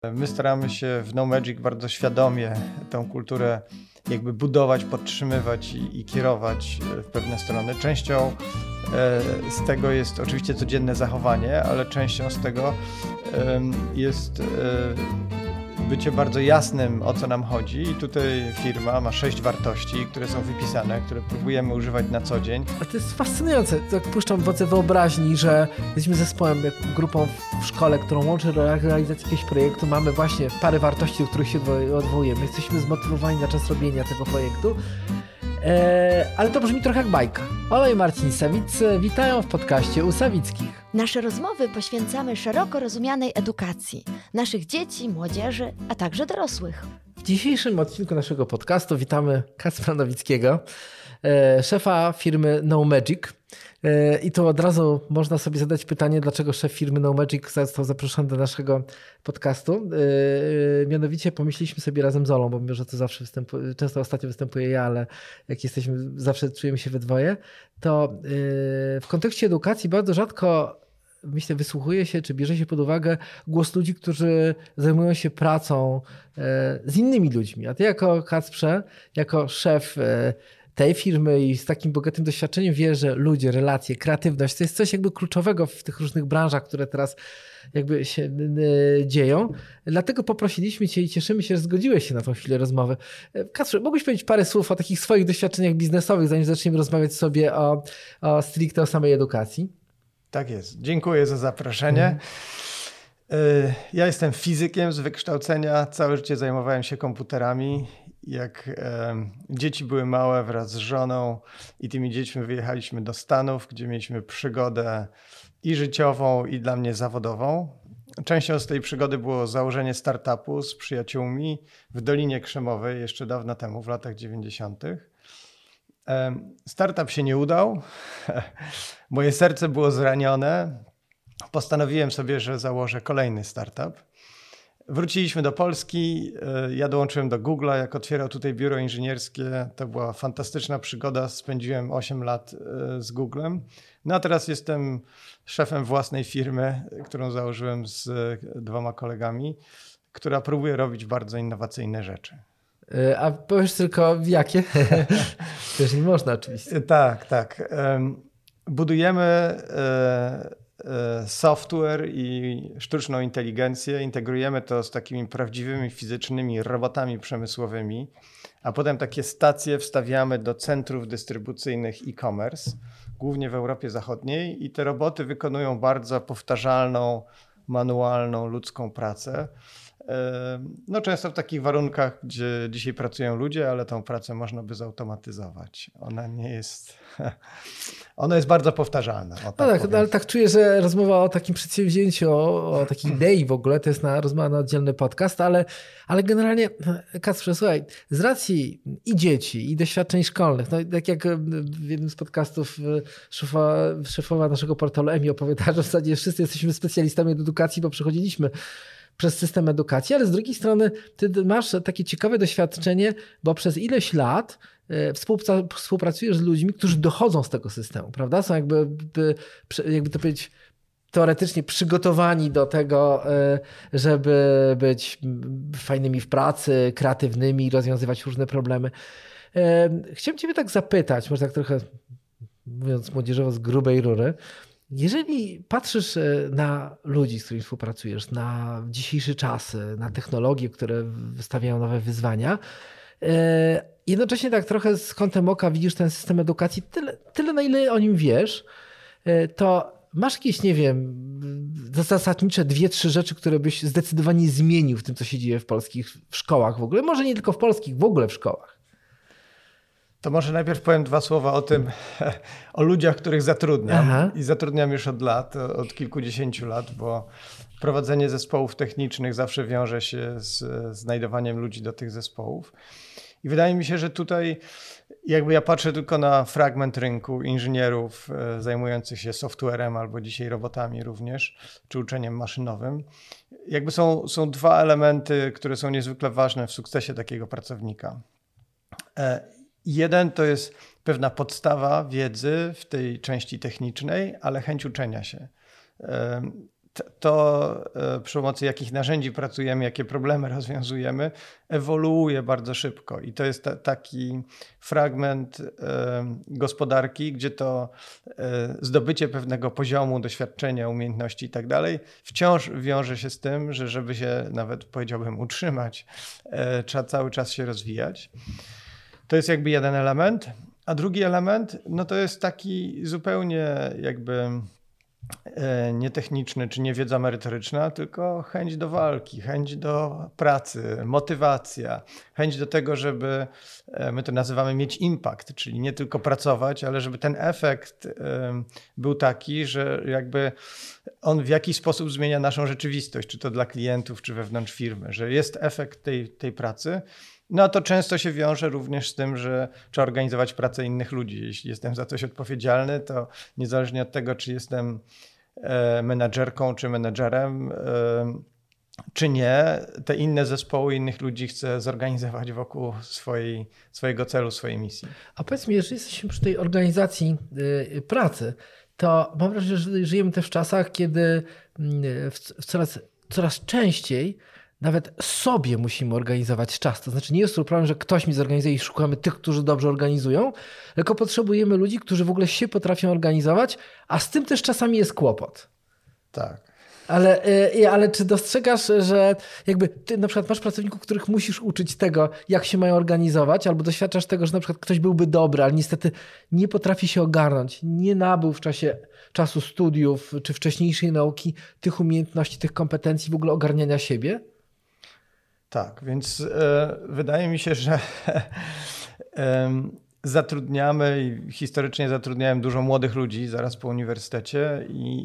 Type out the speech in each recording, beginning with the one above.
My staramy się w No Magic bardzo świadomie tę kulturę jakby budować, podtrzymywać i kierować w pewne strony. Częścią z tego jest oczywiście codzienne zachowanie, ale częścią z tego jest bycie bardzo jasnym, o co nam chodzi. I tutaj firma ma 6 wartości, które są wypisane, które próbujemy używać na co dzień. A to jest fascynujące. Tak puszczam wodze wyobraźni, że jesteśmy zespołem, grupą w szkole, którą łączy realizację jakiegoś projektu. Mamy właśnie parę wartości, do których się odwołujemy. Jesteśmy zmotywowani na czas robienia tego projektu. Ale to brzmi trochę jak bajka. Ola i Marcin Sawicy witają w podcaście u Sawickich. Nasze rozmowy poświęcamy szeroko rozumianej edukacji naszych dzieci, młodzieży, a także dorosłych. W dzisiejszym odcinku naszego podcastu witamy Kacpra Nowickiego, szefa firmy No Magic. I to od razu można sobie zadać pytanie, dlaczego szef firmy No Magic został zaproszony do naszego podcastu. Mianowicie pomyśleliśmy sobie razem z Olą, bo mimo, że to zawsze często ostatnio występuję ja, ale jak jesteśmy, zawsze czujemy się we dwoje, to w kontekście edukacji bardzo rzadko, myślę, wysłuchuje się, czy bierze się pod uwagę głos ludzi, którzy zajmują się pracą z innymi ludźmi. A ty jako Kacprze, jako szef tej firmy i z takim bogatym doświadczeniem wiesz, że ludzie, relacje, kreatywność to jest coś jakby kluczowego w tych różnych branżach, które teraz jakby się dzieją. Dlatego poprosiliśmy cię i cieszymy się, że zgodziłeś się na tą chwilę rozmowy. Kacprze, mógłbyś powiedzieć parę słów o takich swoich doświadczeniach biznesowych, zanim zaczniemy rozmawiać sobie stricte o samej edukacji? Tak jest. Dziękuję za zaproszenie. Ja jestem fizykiem z wykształcenia. Całe życie zajmowałem się komputerami. Jak dzieci były małe, wraz z żoną i tymi dziećmi wyjechaliśmy do Stanów, gdzie mieliśmy przygodę i życiową, i dla mnie zawodową. Częścią z tej przygody było założenie startupu z przyjaciółmi w Dolinie Krzemowej jeszcze dawno temu, w latach 90. Startup się nie udał. Moje serce było zranione. Postanowiłem sobie, że założę kolejny startup. Wróciliśmy do Polski, ja dołączyłem do Google'a, jak otwierał tutaj biuro inżynierskie. To była fantastyczna przygoda, spędziłem 8 lat z Googlem. No a teraz jestem szefem własnej firmy, którą założyłem z 2 kolegami, która próbuje robić bardzo innowacyjne rzeczy. A powiesz tylko jakie? Też nie można oczywiście. Tak. Budujemy software i sztuczną inteligencję, integrujemy to z takimi prawdziwymi fizycznymi robotami przemysłowymi, a potem takie stacje wstawiamy do centrów dystrybucyjnych e-commerce, głównie w Europie Zachodniej, i te roboty wykonują bardzo powtarzalną, manualną, ludzką pracę. No często w takich warunkach, gdzie dzisiaj pracują ludzie, ale tą pracę można by zautomatyzować. Ona jest bardzo powtarzalna. Ale tak czuję, że rozmowa o takim przedsięwzięciu, o takiej idei w ogóle, to jest rozmowa na oddzielny podcast, ale generalnie, Kacprze, słuchaj, z racji i dzieci, i doświadczeń szkolnych, no tak jak w jednym z podcastów szefowa naszego portalu Emi opowiadała, że w zasadzie wszyscy jesteśmy specjalistami od edukacji, bo przechodziliśmy przez system edukacji, ale z drugiej strony ty masz takie ciekawe doświadczenie, bo przez ileś lat współpracujesz z ludźmi, którzy dochodzą z tego systemu, prawda? Są jakby to powiedzieć, teoretycznie przygotowani do tego, żeby być fajnymi w pracy, kreatywnymi, rozwiązywać różne problemy. Chciałem ciebie tak zapytać, może tak trochę mówiąc młodzieżowo z grubej rury, jeżeli patrzysz na ludzi, z którymi współpracujesz, na dzisiejsze czasy, na technologie, które wystawiają nowe wyzwania, jednocześnie tak trochę z kątem oka widzisz ten system edukacji, tyle na ile o nim wiesz, to masz jakieś, nie wiem, zasadnicze 2-3 rzeczy, które byś zdecydowanie zmienił w tym, co się dzieje w szkołach w ogóle? Może nie tylko w polskich, w ogóle w szkołach. To może najpierw powiem 2 słowa o ludziach, których zatrudniam. Aha. I zatrudniam już od lat, od kilkudziesięciu lat, bo prowadzenie zespołów technicznych zawsze wiąże się z znajdowaniem ludzi do tych zespołów. I wydaje mi się, że tutaj jakby ja patrzę tylko na fragment rynku inżynierów zajmujących się softwarem albo dzisiaj robotami również, czy uczeniem maszynowym. Jakby są 2 elementy, które są niezwykle ważne w sukcesie takiego pracownika. Jeden to jest pewna podstawa wiedzy w tej części technicznej, ale chęć uczenia się. to przy pomocy jakich narzędzi pracujemy, jakie problemy rozwiązujemy, ewoluuje bardzo szybko. I to jest taki fragment gospodarki, gdzie to zdobycie pewnego poziomu doświadczenia, umiejętności i tak dalej wciąż wiąże się z tym, że żeby się nawet, powiedziałbym, utrzymać, trzeba cały czas się rozwijać. To jest jakby jeden element. A drugi element, no to jest taki zupełnie jakby nietechniczny czy nie wiedza merytoryczna, tylko chęć do walki, chęć do pracy, motywacja, chęć do tego, żeby, my to nazywamy mieć impact, czyli nie tylko pracować, ale żeby ten efekt był taki, że jakby on w jakiś sposób zmienia naszą rzeczywistość, czy to dla klientów, czy wewnątrz firmy, że jest efekt tej pracy. No a to często się wiąże również z tym, że trzeba organizować pracę innych ludzi. Jeśli jestem za coś odpowiedzialny, to niezależnie od tego, czy jestem menadżerką, czy menadżerem, czy nie, te inne zespoły innych ludzi chcę zorganizować wokół swojego celu, swojej misji. A powiedz mi, jeżeli jesteśmy przy tej organizacji pracy, to mam wrażenie, że żyjemy też w czasach, kiedy coraz częściej nawet sobie musimy organizować czas. To znaczy nie jest to problem, że ktoś mi zorganizuje i szukamy tych, którzy dobrze organizują, tylko potrzebujemy ludzi, którzy w ogóle się potrafią organizować, a z tym też czasami jest kłopot. Tak. Ale czy dostrzegasz, że jakby ty na przykład masz pracowników, których musisz uczyć tego, jak się mają organizować, albo doświadczasz tego, że na przykład ktoś byłby dobry, ale niestety nie potrafi się ogarnąć, nie nabył w czasu studiów czy wcześniejszej nauki tych umiejętności, tych kompetencji w ogóle ogarniania siebie? Tak, więc wydaje mi się, że zatrudniamy i historycznie zatrudniałem dużo młodych ludzi zaraz po uniwersytecie i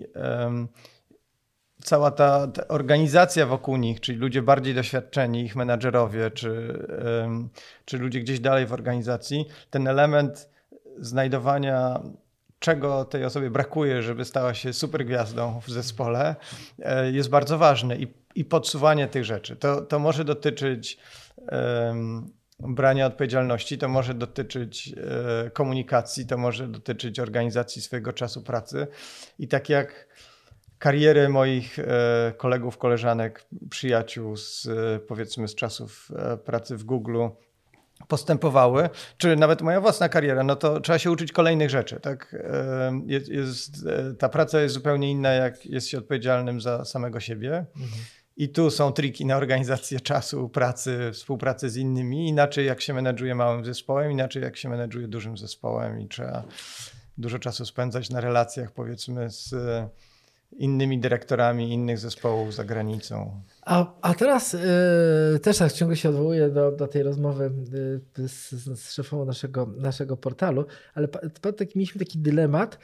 cała ta organizacja wokół nich, czyli ludzie bardziej doświadczeni, ich menadżerowie, czy ludzie gdzieś dalej w organizacji, ten element znajdowania, czego tej osobie brakuje, żeby stała się super gwiazdą w zespole, jest bardzo ważny i podsuwanie tych rzeczy. To może dotyczyć brania odpowiedzialności, to może dotyczyć komunikacji, to może dotyczyć organizacji swojego czasu pracy. I tak jak kariery moich kolegów, koleżanek, przyjaciół powiedzmy z czasów pracy w Google postępowały, czy nawet moja własna kariera, no to trzeba się uczyć kolejnych rzeczy. Tak? Ta praca jest zupełnie inna, jak jest się odpowiedzialnym za samego siebie. I tu są triki na organizację czasu, pracy, współpracy z innymi. Inaczej jak się menedżuje małym zespołem, inaczej jak się menedżuje dużym zespołem i trzeba dużo czasu spędzać na relacjach, powiedzmy, z innymi dyrektorami innych zespołów za granicą. A teraz też tak ciągle się odwołuję do tej rozmowy z szefową naszego portalu, ale mieliśmy taki dylemat,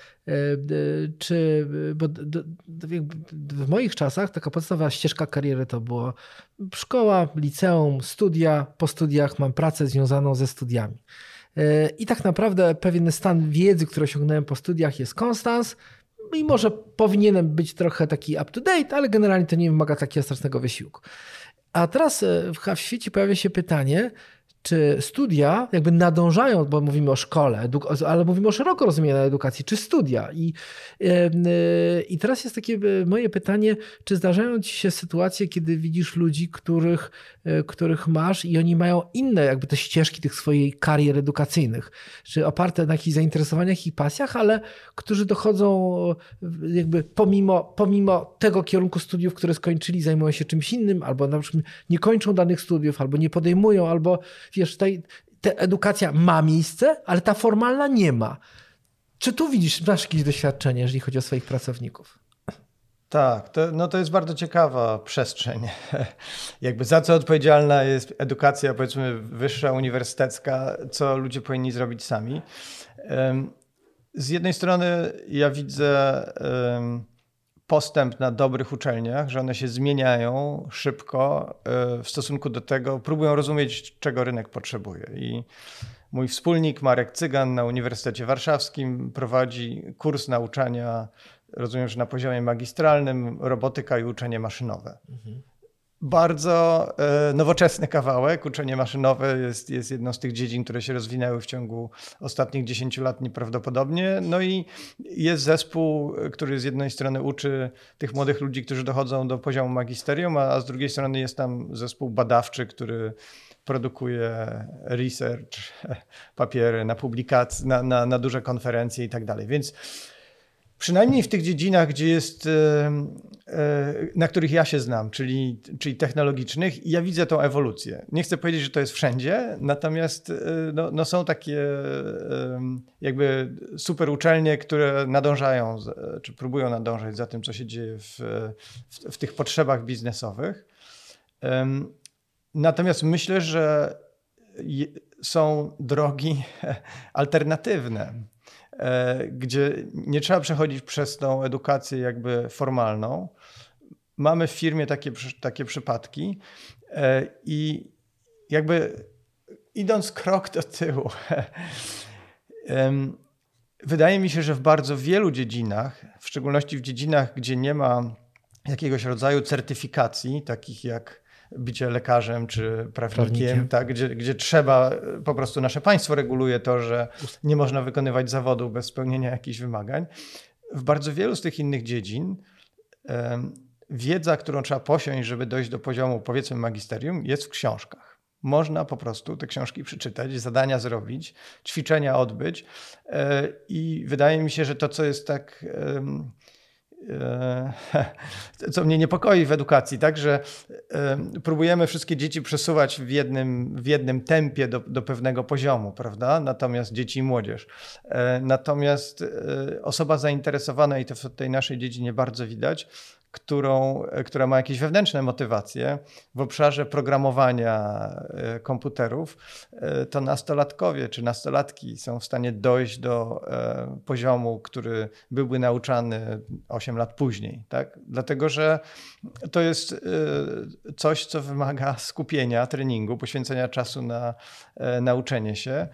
bo w moich czasach taka podstawowa ścieżka kariery to było szkoła, liceum, studia, po studiach mam pracę związaną ze studiami. I tak naprawdę pewien stan wiedzy, który osiągnąłem po studiach jest konstans, i może powinienem być trochę taki up to date, ale generalnie to nie wymaga takiego strasznego wysiłku. A teraz w świecie pojawia się pytanie, czy studia jakby nadążają, bo mówimy o szkole, ale mówimy o szeroko rozumianej edukacji, czy studia. I teraz jest takie moje pytanie, czy zdarzają ci się sytuacje, kiedy widzisz ludzi, których masz i oni mają inne jakby te ścieżki tych swoich karier edukacyjnych, czy oparte na jakichś zainteresowaniach i pasjach, ale którzy dochodzą jakby pomimo tego kierunku studiów, które skończyli, zajmują się czymś innym, albo na przykład nie kończą danych studiów, albo nie podejmują, albo wiesz, ta edukacja ma miejsce, ale ta formalna nie ma. Czy tu masz jakieś doświadczenie, jeżeli chodzi o swoich pracowników? Tak, to jest bardzo ciekawa przestrzeń. Jakby za co odpowiedzialna jest edukacja, powiedzmy wyższa, uniwersytecka, co ludzie powinni zrobić sami. Z jednej strony ja widzę postęp na dobrych uczelniach, że one się zmieniają szybko w stosunku do tego, próbują rozumieć, czego rynek potrzebuje. I mój wspólnik Marek Cygan na Uniwersytecie Warszawskim prowadzi kurs nauczania, rozumiem, że na poziomie magistralnym, robotyka i uczenie maszynowe. Bardzo nowoczesny kawałek. Uczenie maszynowe jest jedną z tych dziedzin, które się rozwinęły w ciągu ostatnich 10 lat nieprawdopodobnie. No i jest zespół, który z jednej strony uczy tych młodych ludzi, którzy dochodzą do poziomu magisterium, a z drugiej strony jest tam zespół badawczy, który produkuje research, papiery na publikacje, na duże konferencje i tak dalej. Więc przynajmniej w tych dziedzinach, gdzie jest, na których ja się znam, czyli technologicznych, ja widzę tą ewolucję. Nie chcę powiedzieć, że to jest wszędzie, natomiast no są takie jakby super uczelnie, które nadążają, czy próbują nadążać za tym, co się dzieje w tych potrzebach biznesowych. Natomiast myślę, że są drogi alternatywne, gdzie nie trzeba przechodzić przez tą edukację jakby formalną. Mamy w firmie takie przypadki i jakby idąc krok do tyłu, wydaje mi się, że w bardzo wielu dziedzinach, w szczególności w dziedzinach, gdzie nie ma jakiegoś rodzaju certyfikacji, takich jak bycie lekarzem czy prawnikiem. Tak, gdzie trzeba, po prostu nasze państwo reguluje to, że nie można wykonywać zawodu bez spełnienia jakichś wymagań. W bardzo wielu z tych innych dziedzin wiedza, którą trzeba posiąść, żeby dojść do poziomu, powiedzmy, magisterium, jest w książkach. Można po prostu te książki przeczytać, zadania zrobić, ćwiczenia odbyć i wydaje mi się, że to, co jest tak... co mnie niepokoi w edukacji, tak, że próbujemy wszystkie dzieci przesuwać w jednym tempie do pewnego poziomu, prawda? Natomiast dzieci i młodzież. Natomiast osoba zainteresowana, i to w tej naszej dziedzinie bardzo widać, która ma jakieś wewnętrzne motywacje w obszarze programowania komputerów, to nastolatkowie czy nastolatki są w stanie dojść do poziomu, który byłby nauczany 8 lat później. Tak? Dlatego, że to jest coś, co wymaga skupienia, treningu, poświęcenia czasu na nauczenie się.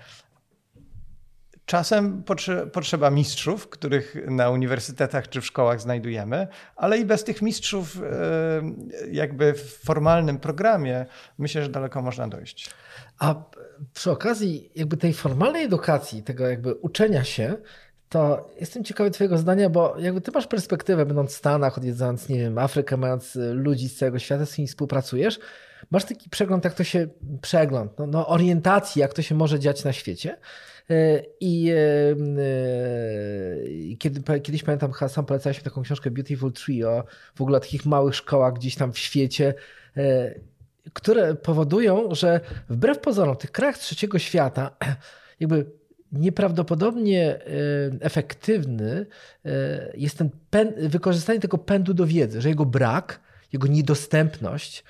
Czasem potrzeba mistrzów, których na uniwersytetach czy w szkołach znajdujemy, ale i bez tych mistrzów jakby w formalnym programie myślę, że daleko można dojść. A przy okazji jakby tej formalnej edukacji, tego jakby uczenia się, to jestem ciekawy twojego zdania, bo jakby ty masz perspektywę, będąc w Stanach, odwiedzając, nie wiem, Afrykę, mając ludzi z całego świata, z którymi współpracujesz, masz taki przegląd, jak to się, orientacji, jak to się może dziać na świecie. I kiedyś pamiętam, sam polecałeś mi taką książkę Beautiful Tree o w ogóle takich małych szkołach gdzieś tam w świecie, które powodują, że wbrew pozorom w tych krajach trzeciego świata jakby nieprawdopodobnie efektywny jest wykorzystanie tego pędu do wiedzy, że jego brak, jego niedostępność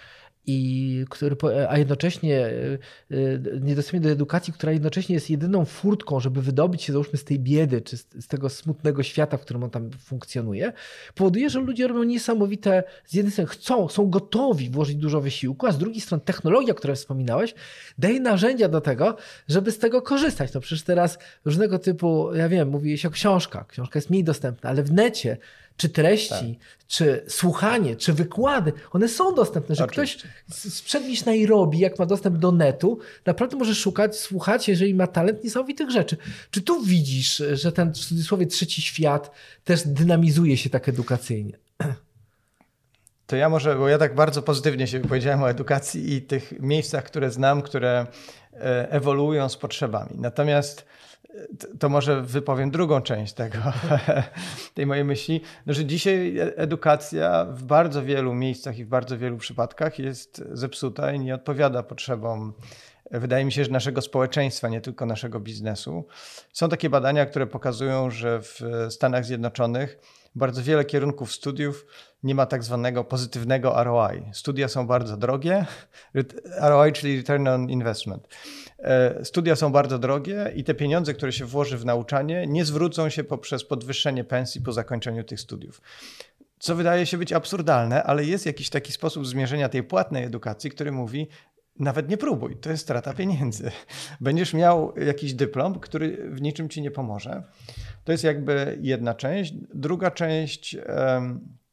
a jednocześnie niedostępnie do edukacji, która jednocześnie jest jedyną furtką, żeby wydobyć się załóżmy z tej biedy, czy z tego smutnego świata, w którym on tam funkcjonuje, powoduje, że ludzie robią niesamowite, z jednej strony są gotowi włożyć dużo wysiłku, a z drugiej strony technologia, o której wspominałeś, daje narzędzia do tego, żeby z tego korzystać. No przecież teraz różnego typu, ja wiem, mówi się o książkach. Książka jest mniej dostępna, ale w necie czy treści, czy słuchanie, czy wykłady, one są dostępne, że oczywiście. Ktoś sprzed Nairobi, jak ma dostęp do netu, naprawdę może szukać, słuchać, jeżeli ma talent, niesamowitych rzeczy. Czy tu widzisz, że ten w cudzysłowie trzeci świat też dynamizuje się tak edukacyjnie? To ja może, bo ja tak bardzo pozytywnie się wypowiedziałem o edukacji i tych miejscach, które znam, które ewoluują z potrzebami. Natomiast to może wypowiem drugą część tej mojej myśli, że dzisiaj edukacja w bardzo wielu miejscach i w bardzo wielu przypadkach jest zepsuta i nie odpowiada potrzebom, wydaje mi się, że naszego społeczeństwa, nie tylko naszego biznesu. Są takie badania, które pokazują, że w Stanach Zjednoczonych bardzo wiele kierunków studiów nie ma tak zwanego pozytywnego ROI. Studia są bardzo drogie, ROI, czyli Return on Investment. Studia są bardzo drogie i te pieniądze, które się włoży w nauczanie, nie zwrócą się poprzez podwyższenie pensji po zakończeniu tych studiów. Co wydaje się być absurdalne, ale jest jakiś taki sposób zmierzenia tej płatnej edukacji, który mówi, nawet nie próbuj, to jest strata pieniędzy. Będziesz miał jakiś dyplom, który w niczym ci nie pomoże. To jest jakby jedna część. Druga część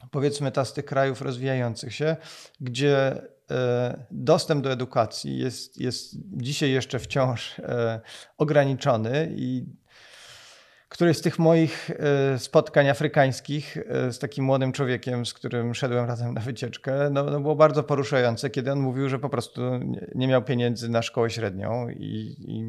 powiedzmy ta z tych krajów rozwijających się, gdzie dostęp do edukacji jest dzisiaj jeszcze wciąż ograniczony i któreś z tych moich spotkań afrykańskich z takim młodym człowiekiem, z którym szedłem razem na wycieczkę, no było bardzo poruszające, kiedy on mówił, że po prostu nie miał pieniędzy na szkołę średnią i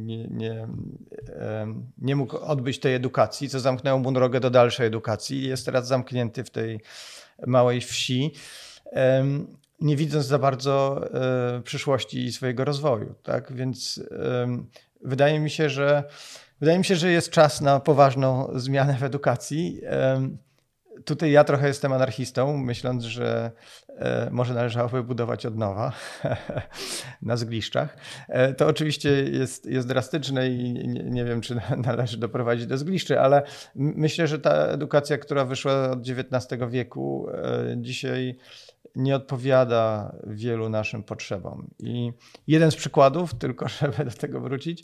nie mógł odbyć tej edukacji, co zamknęło mu drogę do dalszej edukacji i jest teraz zamknięty w tej małej wsi, nie widząc za bardzo przyszłości i swojego rozwoju. Tak? Więc wydaje mi się, że jest czas na poważną zmianę w edukacji. Tutaj ja trochę jestem anarchistą, myśląc, że może należałoby budować od nowa na zgliszczach. To oczywiście jest drastyczne i nie wiem, czy należy doprowadzić do zgliszczy, ale myślę, że ta edukacja, która wyszła od XIX wieku, dzisiaj nie odpowiada wielu naszym potrzebom. I jeden z przykładów, tylko żeby do tego wrócić,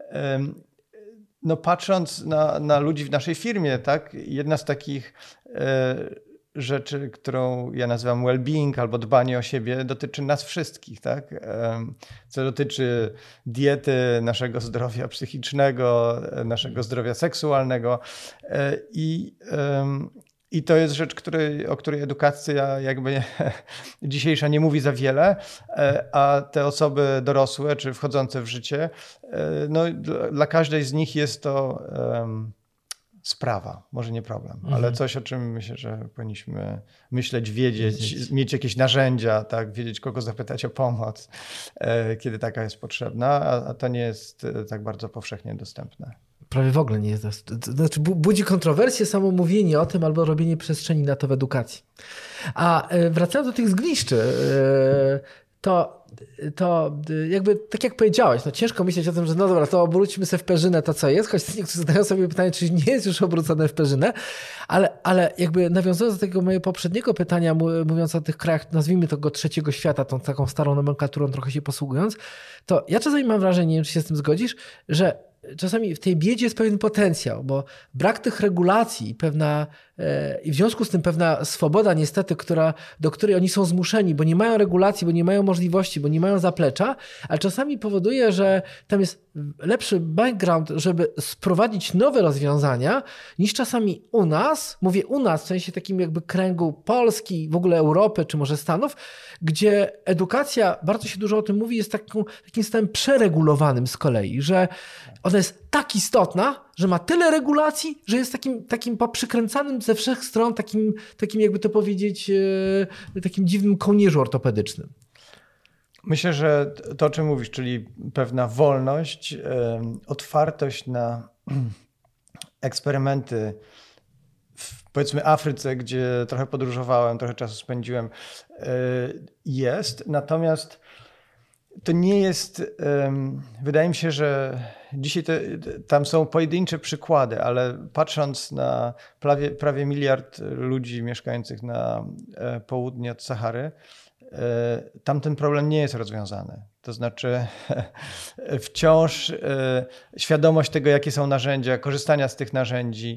no patrząc na ludzi w naszej firmie, tak, jedna z takich rzeczy, którą ja nazywam well-being albo dbanie o siebie, dotyczy nas wszystkich, tak? Co dotyczy diety, naszego zdrowia psychicznego, naszego zdrowia seksualnego i to jest rzecz, o której edukacja jakby dzisiejsza nie mówi za wiele, a te osoby dorosłe czy wchodzące w życie, no dla każdej z nich jest to sprawa, może nie problem, ale coś, o czym myślę, że powinniśmy myśleć, wiedzieć, mieć jakieś narzędzia, tak, wiedzieć, kogo zapytać o pomoc, kiedy taka jest potrzebna, a to nie jest tak bardzo powszechnie dostępne. Prawie w ogóle nie jest. Znaczy budzi kontrowersje samo mówienie o tym albo robienie przestrzeni na to w edukacji. A wracając do tych zgliszczy, to jakby tak jak powiedziałeś, no ciężko myśleć o tym, że no dobra, to obróćmy sobie w perzynę to, co jest, choć niektórzy zadają sobie pytanie, czy nie jest już obrócone w perzynę, ale jakby nawiązując do tego mojego poprzedniego pytania, mówiąc o tych krajach, nazwijmy to go trzeciego świata, tą taką starą nomenklaturą trochę się posługując, to ja czasami mam wrażenie, nie wiem, czy się z tym zgodzisz, że czasami w tej biedzie jest pewien potencjał, bo brak tych regulacji i w związku z tym pewna swoboda niestety, do której oni są zmuszeni, bo nie mają regulacji, bo nie mają możliwości, bo nie mają zaplecza, ale czasami powoduje, że tam jest lepszy background, żeby sprowadzić nowe rozwiązania niż czasami u nas, mówię u nas w sensie takim jakby kręgu Polski, w ogóle Europy czy może Stanów, gdzie edukacja, bardzo się dużo o tym mówi, jest takim stanem przeregulowanym z kolei, że ona jest tak istotna, że ma tyle regulacji, że jest takim poprzykręcanym ze wszech stron, takim jakby to powiedzieć, takim dziwnym kołnierzu ortopedycznym. Myślę, że to, o czym mówisz, czyli pewna wolność, otwartość na eksperymenty w, powiedzmy, Afryce, gdzie trochę podróżowałem, trochę czasu spędziłem, jest. Natomiast to nie jest, wydaje mi się, że dzisiaj tam są pojedyncze przykłady, ale patrząc na prawie miliard ludzi mieszkających na południe od Sahary, tam ten problem nie jest rozwiązany. To znaczy wciąż świadomość tego, jakie są narzędzia, korzystania z tych narzędzi,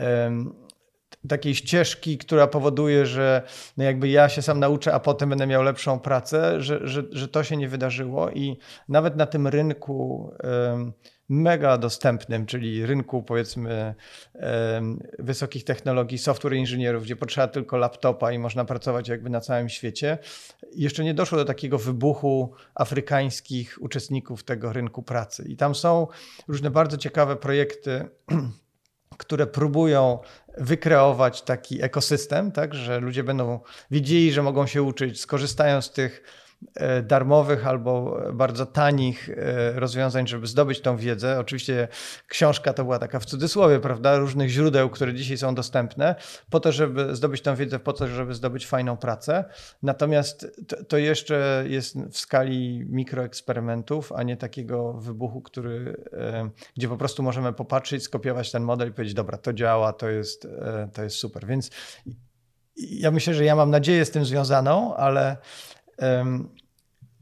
takiej ścieżki, która powoduje, że no jakby ja się sam nauczę, a potem będę miał lepszą pracę, że to się nie wydarzyło i nawet na tym rynku mega dostępnym, czyli rynku powiedzmy wysokich technologii, software inżynierów, gdzie potrzeba tylko laptopa i można pracować jakby na całym świecie. Jeszcze nie doszło do takiego wybuchu afrykańskich uczestników tego rynku pracy. I tam są różne bardzo ciekawe projekty, które próbują wykreować taki ekosystem, tak, że ludzie będą wiedzieli, że mogą się uczyć, skorzystają z tych darmowych albo bardzo tanich rozwiązań, żeby zdobyć tą wiedzę. Oczywiście książka to była taka w cudzysłowie, prawda, różnych źródeł, które dzisiaj są dostępne, po to, żeby zdobyć tą wiedzę, po to, żeby zdobyć fajną pracę. Natomiast to jeszcze jest w skali mikroeksperymentów, a nie takiego wybuchu, gdzie po prostu możemy popatrzeć, skopiować ten model i powiedzieć, dobra, to działa, to jest super. Więc ja myślę, że ja mam nadzieję z tym związaną, ale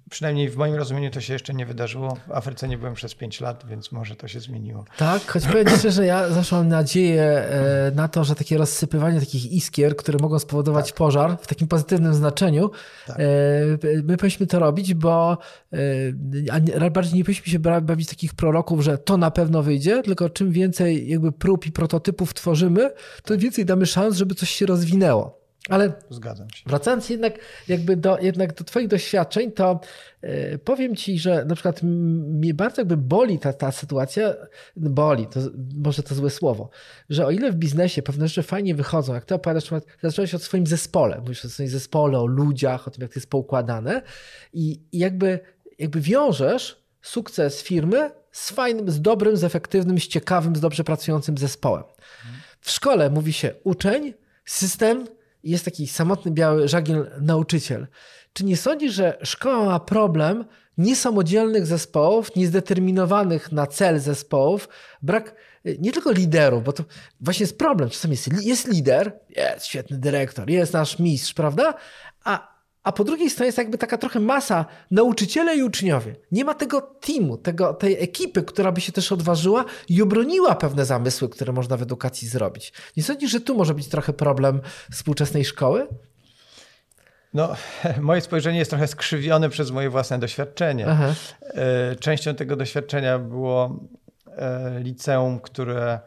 Przynajmniej w moim rozumieniu to się jeszcze nie wydarzyło. W Afryce nie byłem przez 5 lat, więc może to się zmieniło. Tak, choć powiem szczerze, ja zawsze mam nadzieję na to, że takie rozsypywanie takich iskier, które mogą spowodować pożar w takim pozytywnym znaczeniu, my powinniśmy to robić, bo bardziej nie powinniśmy się bawić takich proroków, że to na pewno wyjdzie, tylko czym więcej jakby prób i prototypów tworzymy, to więcej damy szans, żeby coś się rozwinęło. Ale zgadzam się. Wracając jednak do twoich doświadczeń, to powiem ci, że na przykład mnie bardzo jakby boli ta sytuacja, to może to złe słowo, że o ile w biznesie pewne rzeczy fajnie wychodzą, jak ty opowiadasz, na przykład zacząłeś od swoim zespole, mówisz o swoim zespole, o ludziach, o tym jak to jest poukładane i jakby wiążesz sukces firmy z fajnym, z dobrym, z efektywnym, z ciekawym, z dobrze pracującym zespołem. W szkole mówi się uczeń, system, jest taki samotny biały żagiel nauczyciel. Czy nie sądzisz, że szkoła ma problem niesamodzielnych zespołów, niezdeterminowanych na cel zespołów, brak nie tylko liderów, bo to właśnie jest problem. Czasami jest lider, jest świetny dyrektor, jest nasz mistrz, prawda? A po drugiej stronie jest jakby taka trochę masa nauczyciele i uczniowie. Nie ma tego teamu, tej ekipy, która by się też odważyła i obroniła pewne zamysły, które można w edukacji zrobić. Nie sądzisz, że tu może być trochę problem współczesnej szkoły? No, moje spojrzenie jest trochę skrzywione przez moje własne doświadczenie. Aha. Częścią tego doświadczenia było liceum, które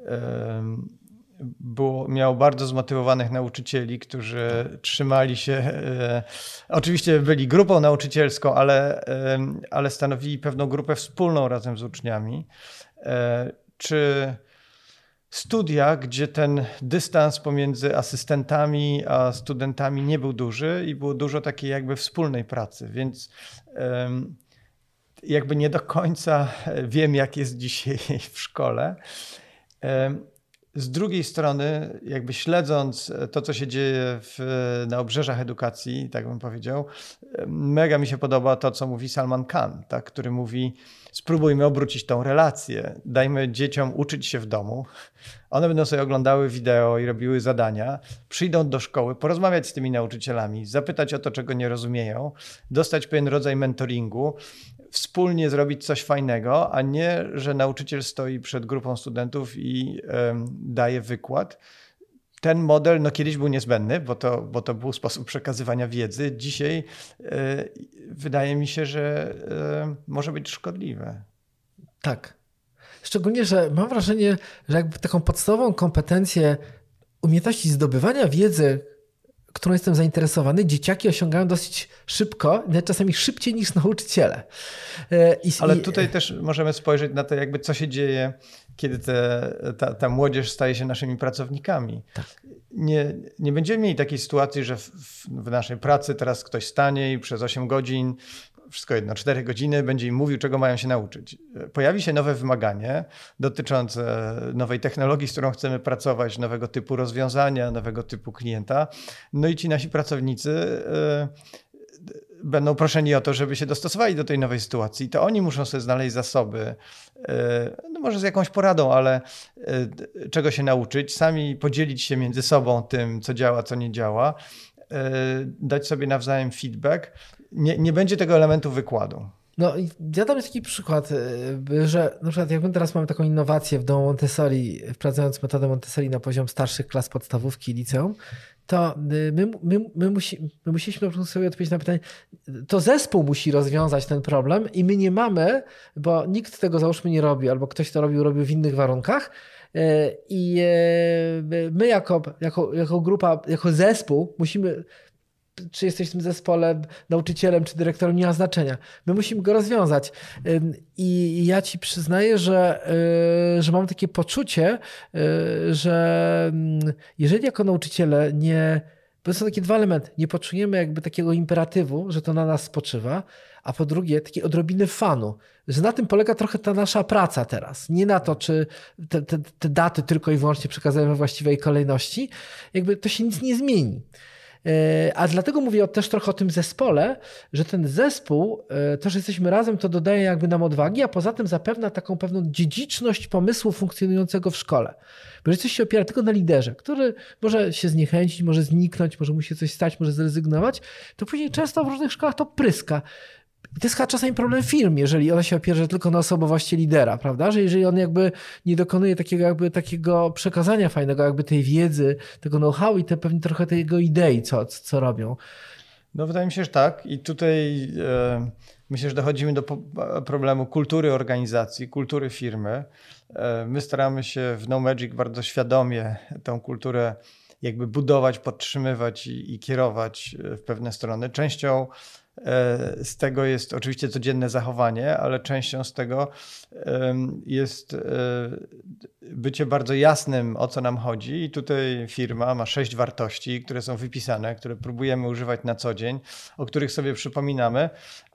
miało bardzo zmotywowanych nauczycieli, którzy trzymali się, oczywiście byli grupą nauczycielską, ale stanowili pewną grupę wspólną razem z uczniami. Czy studia, gdzie ten dystans pomiędzy asystentami a studentami nie był duży i było dużo takiej jakby wspólnej pracy, więc jakby nie do końca wiem, jak jest dzisiaj w szkole. Z drugiej strony, jakby śledząc to, co się dzieje na obrzeżach edukacji, tak bym powiedział, mega mi się podoba to, co mówi Salman Khan, tak, który mówi: spróbujmy obrócić tą relację, dajmy dzieciom uczyć się w domu, one będą sobie oglądały wideo i robiły zadania, przyjdą do szkoły, porozmawiać z tymi nauczycielami, zapytać o to, czego nie rozumieją, dostać pewien rodzaj mentoringu, wspólnie zrobić coś fajnego, a nie, że nauczyciel stoi przed grupą studentów i daje wykład. Ten model kiedyś był niezbędny, bo to był sposób przekazywania wiedzy. Dzisiaj wydaje mi się, że może być szkodliwe. Tak. Szczególnie, że mam wrażenie, że jakby taką podstawową kompetencję umiejętności zdobywania wiedzy, którą jestem zainteresowany, dzieciaki osiągają dosyć szybko, czasami szybciej niż nauczyciele. Ale tutaj też możemy spojrzeć na to, jakby co się dzieje, kiedy ta młodzież staje się naszymi pracownikami. Tak. Nie będziemy mieli takiej sytuacji, że w naszej pracy teraz ktoś stanie i przez 8 godzin, wszystko jedno, 4 godziny będzie im mówił, czego mają się nauczyć. Pojawi się nowe wymaganie dotyczące nowej technologii, z którą chcemy pracować, nowego typu rozwiązania, nowego typu klienta. No i ci nasi pracownicy będą proszeni o to, żeby się dostosowali do tej nowej sytuacji. To oni muszą sobie znaleźć zasoby, może z jakąś poradą, ale czego się nauczyć, sami podzielić się między sobą tym, co działa, co nie działa, dać sobie nawzajem feedback. Nie będzie tego elementu wykładu. No ja dam taki przykład, że na przykład jak my teraz mamy taką innowację w domu Montessori, wprowadzając metodę Montessori na poziom starszych klas podstawówki i liceum, to my musieliśmy sobie odpowiedzieć na pytanie, to zespół musi rozwiązać ten problem i my nie mamy, bo nikt tego załóżmy nie robi, albo ktoś to robił w innych warunkach i my jako grupa, jako zespół musimy, czy jesteś w tym zespole nauczycielem, czy dyrektorem, nie ma znaczenia. My musimy go rozwiązać. I ja ci przyznaję, że mam takie poczucie, że jeżeli jako nauczyciele bo są takie 2 elementy. Nie poczujemy jakby takiego imperatywu, że to na nas spoczywa, a po drugie takiej odrobiny fanu, że na tym polega trochę ta nasza praca teraz. Nie na to, czy te daty tylko i wyłącznie przekazujemy we właściwej kolejności. Jakby to się nic nie zmieni. A dlatego mówię też trochę o tym zespole, że ten zespół, to, że jesteśmy razem, to dodaje jakby nam odwagi, a poza tym zapewnia taką pewną dziedziczność pomysłu funkcjonującego w szkole. Bo jeżeli coś się opiera tylko na liderze, który może się zniechęcić, może zniknąć, może mu się coś stać, może zrezygnować, to później często w różnych szkołach to pryska. I to jest chyba czasami problem firm, jeżeli ona się opierze tylko na osobowości lidera, prawda? Że jeżeli on jakby nie dokonuje takiego przekazania fajnego, jakby tej wiedzy, tego know-how i pewnie trochę tej jego idei, co robią. No wydaje mi się, że tak. I tutaj myślę, że dochodzimy do problemu kultury organizacji, kultury firmy. My staramy się w No Magic bardzo świadomie tą kulturę jakby budować, podtrzymywać i kierować w pewne strony. Częścią z tego jest oczywiście codzienne zachowanie, ale częścią z tego jest bycie bardzo jasnym, o co nam chodzi. I tutaj firma ma 6 wartości, które są wypisane, które próbujemy używać na co dzień, o których sobie przypominamy.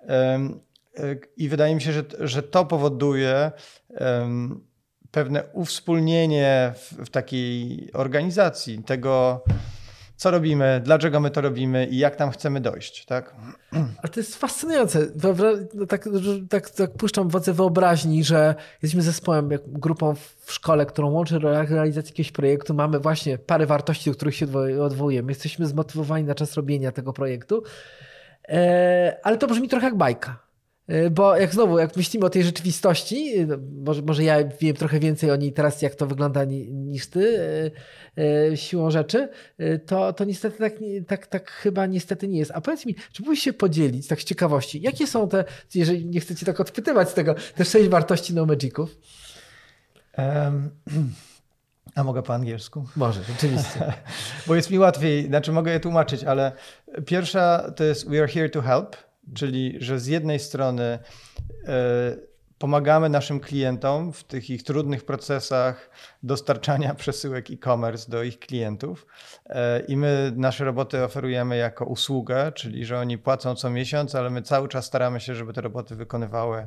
I wydaje mi się, że to powoduje pewne uwspólnienie w takiej organizacji tego, co robimy, dlaczego my to robimy i jak tam chcemy dojść, tak? Ale to jest fascynujące. Tak puszczam wodze wyobraźni, że jesteśmy zespołem, grupą w szkole, którą łączy realizację jakiegoś projektu. Mamy właśnie parę wartości, do których się odwołujemy. Jesteśmy zmotywowani na czas robienia tego projektu. Ale to brzmi trochę jak bajka. Bo jak myślimy o tej rzeczywistości, może ja wiem trochę więcej o niej teraz, jak to wygląda niż ty siłą rzeczy, to niestety tak chyba niestety nie jest. A powiedz mi, czy mógłbyś się podzielić tak z ciekawości, jakie są te, jeżeli nie chcę cię tak odpytywać z tego, te 6 wartości No Magiców? A mogę po angielsku? Możesz, oczywiście. Bo jest mi łatwiej, mogę je tłumaczyć, ale pierwsza to jest We are here to help. Czyli, że z jednej strony pomagamy naszym klientom w tych ich trudnych procesach dostarczania przesyłek e-commerce do ich klientów i my nasze roboty oferujemy jako usługę, czyli że oni płacą co miesiąc, ale my cały czas staramy się, żeby te roboty wykonywały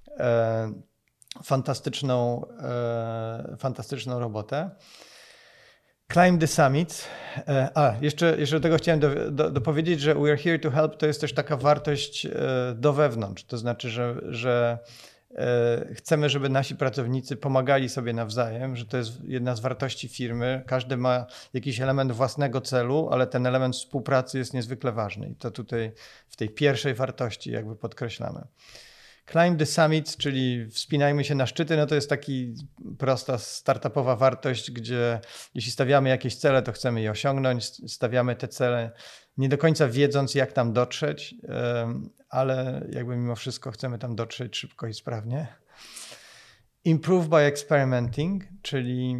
fantastyczną robotę. Climb the Summit. Jeszcze do tego chciałem dopowiedzieć, że We are here to help to jest też taka wartość do wewnątrz. To znaczy, że chcemy, żeby nasi pracownicy pomagali sobie nawzajem, że to jest jedna z wartości firmy. Każdy ma jakiś element własnego celu, ale ten element współpracy jest niezwykle ważny. I to tutaj w tej pierwszej wartości jakby podkreślamy. Climb the Summit, czyli wspinajmy się na szczyty, no to jest taki prosta startupowa wartość, gdzie jeśli stawiamy jakieś cele, to chcemy je osiągnąć, stawiamy te cele nie do końca wiedząc, jak tam dotrzeć, ale jakby mimo wszystko chcemy tam dotrzeć szybko i sprawnie. Improve by experimenting, czyli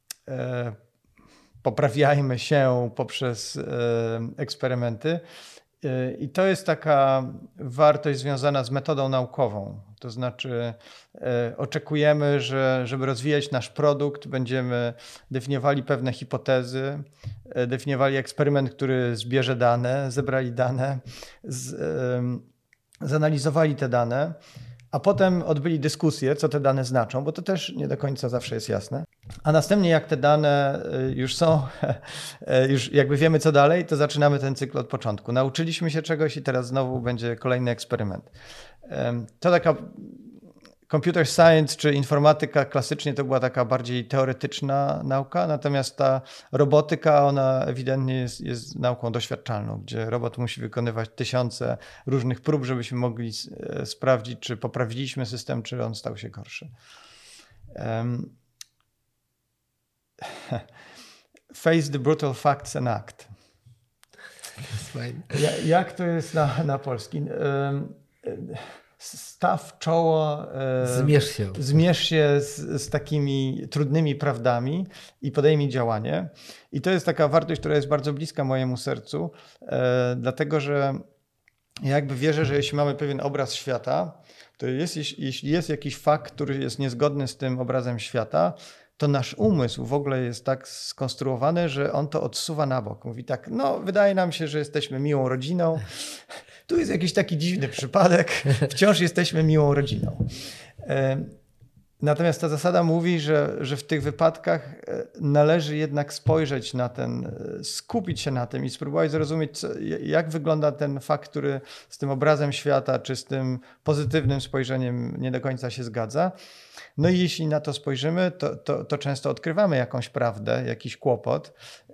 poprawiajmy się poprzez eksperymenty. I to jest taka wartość związana z metodą naukową. To znaczy oczekujemy, że żeby rozwijać nasz produkt, będziemy definiowali pewne hipotezy, definiowali eksperyment, który zbierze dane, zebrali dane, zanalizowali te dane, a potem odbyli dyskusję, co te dane znaczą, bo to też nie do końca zawsze jest jasne. A następnie jak te dane już są, już jakby wiemy co dalej, to zaczynamy ten cykl od początku. Nauczyliśmy się czegoś i teraz znowu będzie kolejny eksperyment. To taka computer science czy informatyka klasycznie to była taka bardziej teoretyczna nauka, natomiast ta robotyka, ona ewidentnie jest nauką doświadczalną, gdzie robot musi wykonywać tysiące różnych prób, żebyśmy mogli sprawdzić, czy poprawiliśmy system, czy on stał się gorszy. Face the brutal facts and act. Jak to jest na polski? Staw czoło, zmierz się z takimi trudnymi prawdami i podejmij działanie. I to jest taka wartość, która jest bardzo bliska mojemu sercu, dlatego że ja jakby wierzę, że jeśli mamy pewien obraz świata, to jeśli jest jakiś fakt, który jest niezgodny z tym obrazem świata, to nasz umysł w ogóle jest tak skonstruowany, że on to odsuwa na bok. Mówi tak, no wydaje nam się, że jesteśmy miłą rodziną, tu jest jakiś taki dziwny przypadek, wciąż jesteśmy miłą rodziną. Natomiast ta zasada mówi, że w tych wypadkach należy jednak spojrzeć na skupić się na tym i spróbować zrozumieć, jak wygląda ten fakt, który z tym obrazem świata, czy z tym pozytywnym spojrzeniem nie do końca się zgadza. No i jeśli na to spojrzymy, to często odkrywamy jakąś prawdę, jakiś kłopot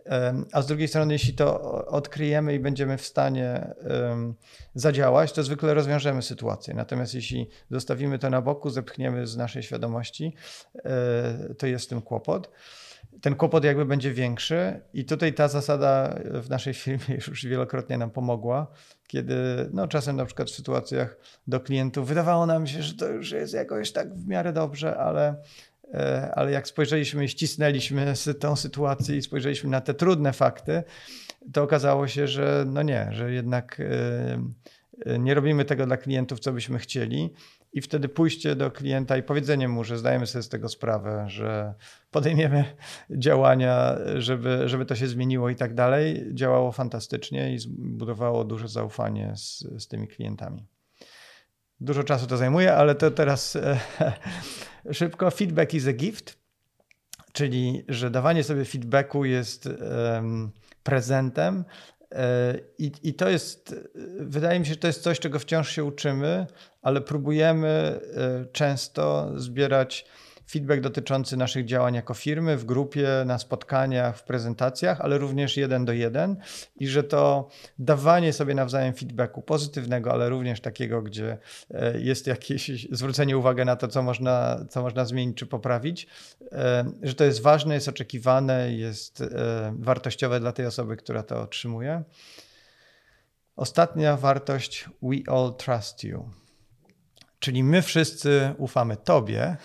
A z drugiej strony, jeśli to odkryjemy i będziemy w stanie zadziałać, to zwykle rozwiążemy sytuację. Natomiast jeśli zostawimy to na boku, zepchniemy z naszej świadomości, to jest z tym kłopot. Ten kłopot jakby będzie większy i tutaj ta zasada w naszej firmie już wielokrotnie nam pomogła, kiedy czasem na przykład w sytuacjach do klientów wydawało nam się, że to już jest jakoś tak w miarę dobrze, ale jak spojrzeliśmy i ścisnęliśmy tą sytuację i spojrzeliśmy na te trudne fakty, to okazało się, że że jednak nie robimy tego dla klientów, co byśmy chcieli. I wtedy pójście do klienta i powiedzenie mu, że zdajemy sobie z tego sprawę, że podejmiemy działania, żeby to się zmieniło i tak dalej, działało fantastycznie i budowało duże zaufanie z tymi klientami. Dużo czasu to zajmuje, ale to teraz szybko. Feedback is a gift, czyli że dawanie sobie feedbacku jest prezentem. I to jest, wydaje mi się, że to jest coś, czego wciąż się uczymy, ale próbujemy często zbierać feedback dotyczący naszych działań jako firmy, w grupie, na spotkaniach, w prezentacjach, ale również 1 do 1 i że to dawanie sobie nawzajem feedbacku pozytywnego, ale również takiego, gdzie jest jakieś zwrócenie uwagi na to, co można zmienić czy poprawić, że to jest ważne, jest oczekiwane, jest wartościowe dla tej osoby, która to otrzymuje. Ostatnia wartość, we all trust you, czyli my wszyscy ufamy Tobie.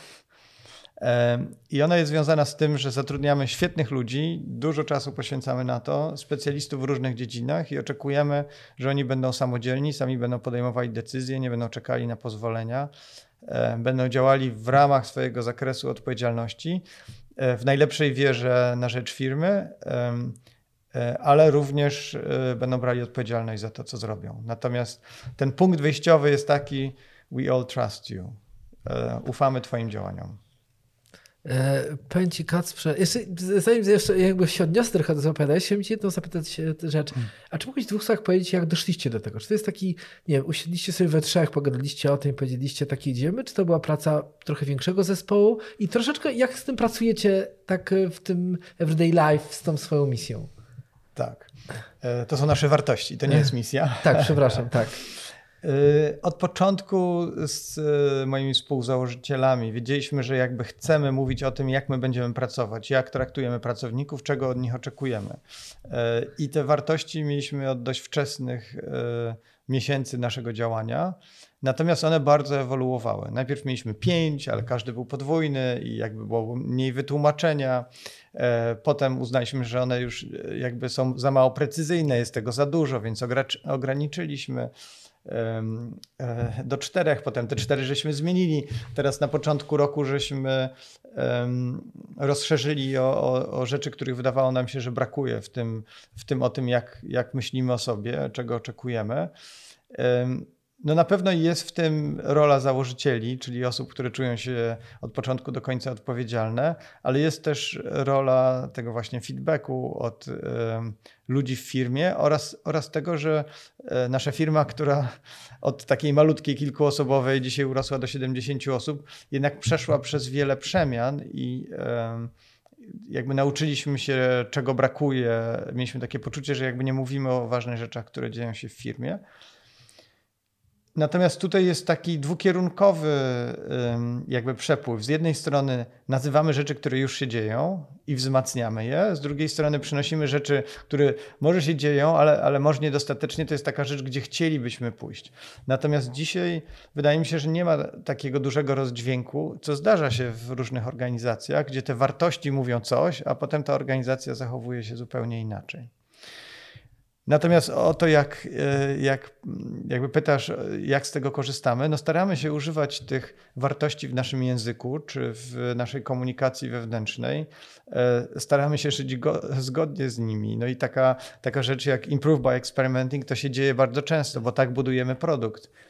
I ona jest związana z tym, że zatrudniamy świetnych ludzi, dużo czasu poświęcamy na to, specjalistów w różnych dziedzinach i oczekujemy, że oni będą samodzielni, sami będą podejmowali decyzje, nie będą czekali na pozwolenia, będą działali w ramach swojego zakresu odpowiedzialności, w najlepszej wierze na rzecz firmy, ale również będą brali odpowiedzialność za to, co zrobią. Natomiast ten punkt wyjściowy jest taki, we all trust you. Ufamy Twoim działaniom. Powiem Ci, Kacprze, zanim jeszcze jakby się odniosę trochę do opowiadania, chciałem Cię jedną zapytać rzecz. A czy mógłbyś w 2 słowach powiedzieć, jak doszliście do tego? Czy to jest taki, nie wiem, usiedliście sobie we 3, pogadaliście o tym, powiedzieliście, tak idziemy? Czy to była praca trochę większego zespołu? I troszeczkę jak z tym pracujecie tak w tym everyday life, z tą swoją misją? Tak. To są nasze wartości, to nie jest misja. Tak, przepraszam, tak. Od początku z moimi współzałożycielami wiedzieliśmy, że jakby chcemy mówić o tym, jak my będziemy pracować, jak traktujemy pracowników, czego od nich oczekujemy. I te wartości mieliśmy od dość wczesnych miesięcy naszego działania, natomiast one bardzo ewoluowały. Najpierw mieliśmy 5, ale każdy był podwójny i jakby było mniej wytłumaczenia. Potem uznaliśmy, że one już jakby są za mało precyzyjne, jest tego za dużo, więc ograniczyliśmy do 4, potem te 4 żeśmy zmienili. Teraz na początku roku żeśmy rozszerzyli o rzeczy, których wydawało nam się, że brakuje w tym o tym, jak myślimy o sobie, czego oczekujemy. No na pewno jest w tym rola założycieli, czyli osób, które czują się od początku do końca odpowiedzialne, ale jest też rola tego właśnie feedbacku od ludzi w firmie oraz tego, że nasza firma, która od takiej malutkiej kilkuosobowej dzisiaj urosła do 70 osób, jednak przeszła przez wiele przemian i jakby nauczyliśmy się, czego brakuje. Mieliśmy takie poczucie, że jakby nie mówimy o ważnych rzeczach, które dzieją się w firmie. Natomiast tutaj jest taki dwukierunkowy jakby przepływ. Z jednej strony nazywamy rzeczy, które już się dzieją i wzmacniamy je. Z drugiej strony przynosimy rzeczy, które może się dzieją, ale może niedostatecznie. To jest taka rzecz, gdzie chcielibyśmy pójść. Natomiast dzisiaj wydaje mi się, że nie ma takiego dużego rozdźwięku, co zdarza się w różnych organizacjach, gdzie te wartości mówią coś, a potem ta organizacja zachowuje się zupełnie inaczej. Natomiast o to, jakby pytasz, jak z tego korzystamy, no staramy się używać tych wartości w naszym języku czy w naszej komunikacji wewnętrznej. Staramy się żyć zgodnie z nimi. No i taka rzecz jak improve by experimenting to się dzieje bardzo często, bo tak budujemy produkt.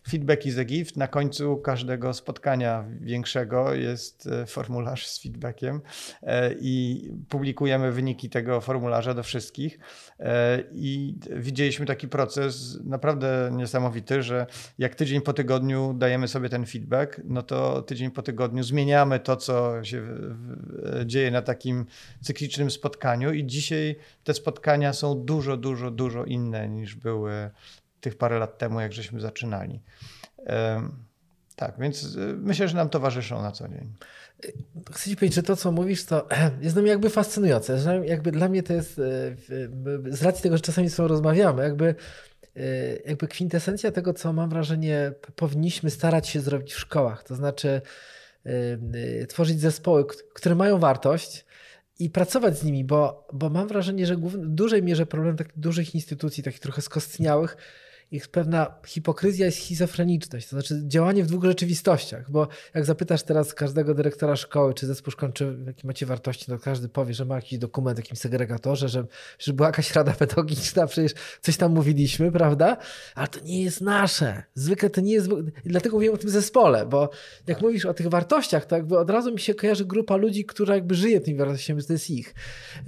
feedback is a gift. Na końcu każdego spotkania większego jest formularz z feedbackiem i publikujemy wyniki tego formularza do wszystkich. I widzieliśmy taki proces naprawdę niesamowity, że jak tydzień po tygodniu dajemy sobie ten feedback, no to tydzień po tygodniu zmieniamy to, co się dzieje na takim cyklicznym spotkaniu i dzisiaj te spotkania są dużo inne niż były tych parę lat temu, jak żeśmy zaczynali. Tak, więc myślę, że nam towarzyszą na co dzień. Chcę ci powiedzieć, że to, co mówisz, to jest dla mnie jakby fascynujące. Że jakby dla mnie to jest, z racji tego, że czasami z sobą rozmawiamy, jakby kwintesencja tego, co mam wrażenie powinniśmy starać się zrobić w szkołach. To znaczy tworzyć zespoły, które mają wartość i pracować z nimi, bo mam wrażenie, że w dużej mierze problem takich dużych instytucji, takich trochę skostniałych, jest pewna hipokryzja i schizofreniczność, to znaczy działanie w dwóch rzeczywistościach, bo jak zapytasz teraz każdego dyrektora szkoły czy zespół szkolny, jakie macie wartości, to każdy powie, że ma jakiś dokument w jakimś segregatorze, że była jakaś rada pedagogiczna, przecież coś tam mówiliśmy, prawda? Ale to nie jest nasze. Zwykle to nie jest... I dlatego mówię o tym zespole, bo jak mówisz o tych wartościach, to jakby od razu mi się kojarzy grupa ludzi, która jakby żyje tymi wartościami, że to jest ich.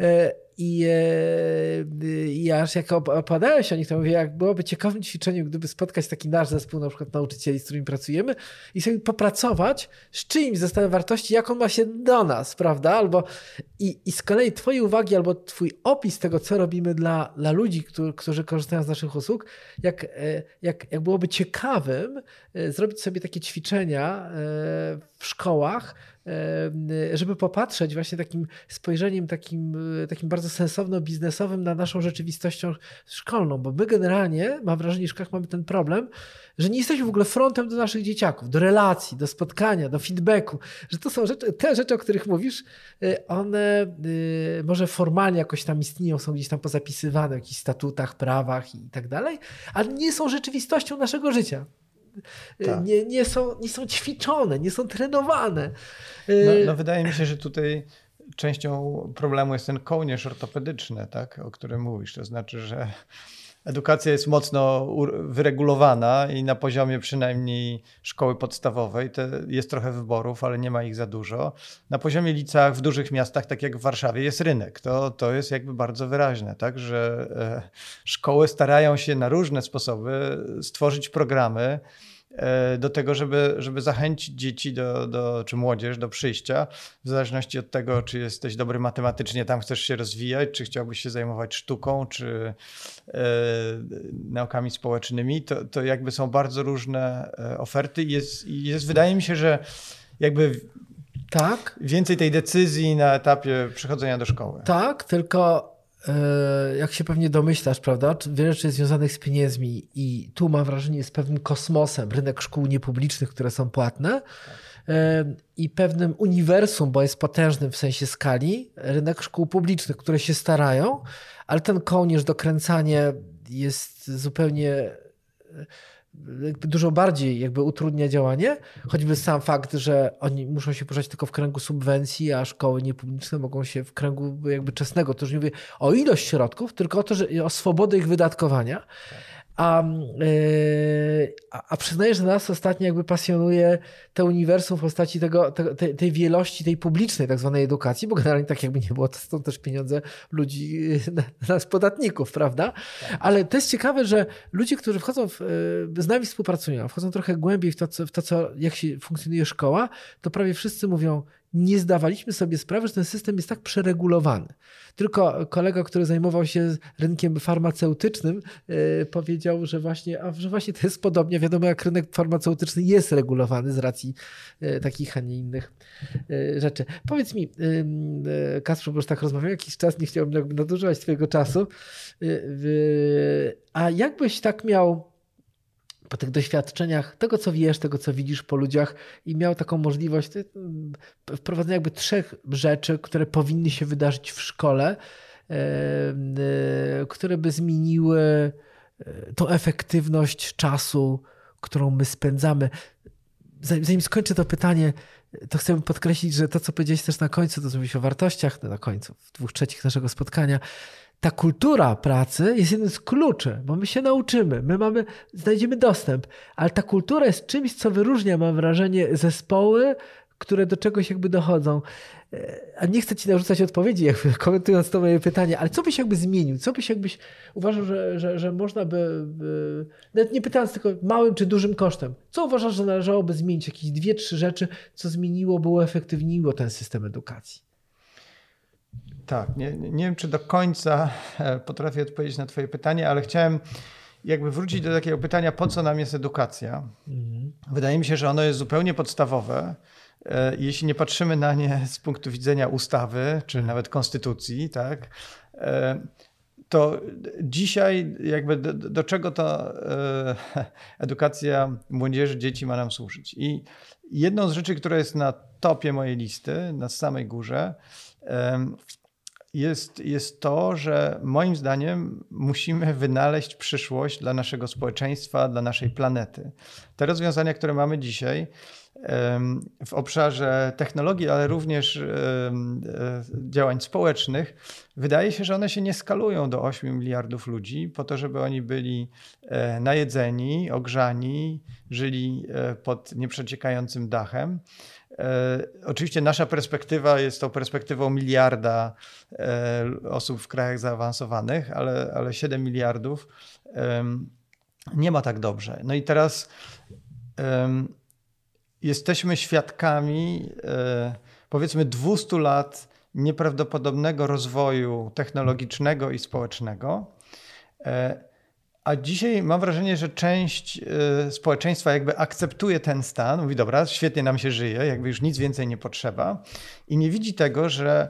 I aż jak opowiadałeś o nich, to mówię, jak byłoby ciekawym ćwiczeniem, gdyby spotkać taki nasz zespół, na przykład nauczycieli, z którymi pracujemy i sobie popracować z czyimś zestawem wartości, jak on ma się do nas, prawda? Albo i z kolei twoje uwagi albo twój opis tego, co robimy dla ludzi, którzy korzystają z naszych usług, jak byłoby ciekawym zrobić sobie takie ćwiczenia w szkołach, żeby popatrzeć właśnie takim spojrzeniem takim bardzo sensowno-biznesowym na naszą rzeczywistością szkolną, bo my generalnie, mam wrażenie, że w szkołach mamy ten problem, że nie jesteśmy w ogóle frontem do naszych dzieciaków, do relacji, do spotkania, do feedbacku, że to są te rzeczy, o których mówisz, one może formalnie jakoś tam istnieją, są gdzieś tam pozapisywane w jakichś statutach, prawach i tak dalej, ale nie są rzeczywistością naszego życia. Tak. Nie są ćwiczone, nie są trenowane. No, wydaje mi się, że tutaj częścią problemu jest ten kołnierz ortopedyczny, tak, o którym mówisz. To znaczy, że edukacja jest mocno wyregulowana i na poziomie przynajmniej szkoły podstawowej jest trochę wyborów, ale nie ma ich za dużo. Na poziomie liceach w dużych miastach, tak jak w Warszawie, jest rynek. To jest jakby bardzo wyraźne, tak, że szkoły starają się na różne sposoby stworzyć programy do tego, żeby zachęcić dzieci czy młodzież do przyjścia, w zależności od tego, czy jesteś dobry matematycznie, tam chcesz się rozwijać, czy chciałbyś się zajmować sztuką, czy naukami społecznymi. To jakby są bardzo różne oferty i jest wydaje mi się, że jakby tak, więcej tej decyzji na etapie przychodzenia do szkoły. Tak, tylko jak się pewnie domyślasz, prawda, wiele rzeczy jest związanych z pieniędzmi i tu mam wrażenie jest pewnym kosmosem rynek szkół niepublicznych, które są płatne i pewnym uniwersum, bo jest potężnym w sensie skali, rynek szkół publicznych, które się starają, ale ten kołnierz, dokręcanie jest zupełnie jakby dużo bardziej jakby utrudnia działanie, choćby sam fakt, że oni muszą się poruszać tylko w kręgu subwencji, a szkoły niepubliczne mogą się w kręgu jakby czesnego. To już nie mówię o ilość środków, tylko o to, że o swobodę ich wydatkowania. A przyznaję, że nas ostatnio jakby pasjonuje to uniwersum w postaci tej wielości, tej publicznej tak zwanej edukacji, bo generalnie tak jakby nie było, to są też pieniądze ludzi, nas podatników, prawda? Ale to jest ciekawe, że ludzie, którzy wchodzą z nami współpracują, wchodzą trochę głębiej w to, jak się funkcjonuje szkoła, to prawie wszyscy mówią, nie zdawaliśmy sobie sprawy, że ten system jest tak przeregulowany. Tylko kolega, który zajmował się rynkiem farmaceutycznym, powiedział, że właśnie to jest podobnie. Wiadomo, jak rynek farmaceutyczny jest regulowany z racji takich, a nie innych rzeczy. Powiedz mi, Kacprze, bo już tak rozmawiam jakiś czas, nie chciałbym jakby nadużywać twojego czasu, a jakbyś tak miał po tych doświadczeniach, tego co wiesz, tego co widzisz po ludziach i miał taką możliwość wprowadzenia jakby 3 rzeczy, które powinny się wydarzyć w szkole, które by zmieniły tą efektywność czasu, którą my spędzamy. Zanim skończę to pytanie, to chcę podkreślić, że to co powiedziałeś też na końcu, to co mówiłeś o wartościach, na końcu, w 2/3 naszego spotkania, ta kultura pracy jest jednym z kluczy, bo my się nauczymy, znajdziemy dostęp, ale ta kultura jest czymś, co wyróżnia, mam wrażenie, zespoły, które do czegoś jakby dochodzą. A nie chcę ci narzucać odpowiedzi, jakby komentując to moje pytanie, ale co byś jakby zmienił? Co byś jakbyś uważał, że można by, nawet nie pytając tylko małym czy dużym kosztem, co uważasz, że należałoby zmienić? Jakieś 2-3 rzeczy, co zmieniło, uefektywniło ten system edukacji? Tak, nie wiem, czy do końca potrafię odpowiedzieć na twoje pytanie, ale chciałem jakby wrócić do takiego pytania, po co nam jest edukacja. Wydaje mi się, że ono jest zupełnie podstawowe. Jeśli nie patrzymy na nie z punktu widzenia ustawy, czy nawet konstytucji, tak, to dzisiaj jakby do czego to edukacja młodzieży, dzieci ma nam służyć. I jedną z rzeczy, która jest na topie mojej listy, na samej górze, jest to, że moim zdaniem musimy wynaleźć przyszłość dla naszego społeczeństwa, dla naszej planety. Te rozwiązania, które mamy dzisiaj w obszarze technologii, ale również działań społecznych, wydaje się, że one się nie skalują do 8 miliardów ludzi po to, żeby oni byli najedzeni, ogrzani, żyli pod nieprzeciekającym dachem. Oczywiście nasza perspektywa jest tą perspektywą miliarda osób w krajach zaawansowanych, ale 7 miliardów nie ma tak dobrze. No i teraz jesteśmy świadkami powiedzmy 200 lat nieprawdopodobnego rozwoju technologicznego i społecznego. A dzisiaj mam wrażenie, że część społeczeństwa jakby akceptuje ten stan, mówi dobra, świetnie nam się żyje, jakby już nic więcej nie potrzeba i nie widzi tego, że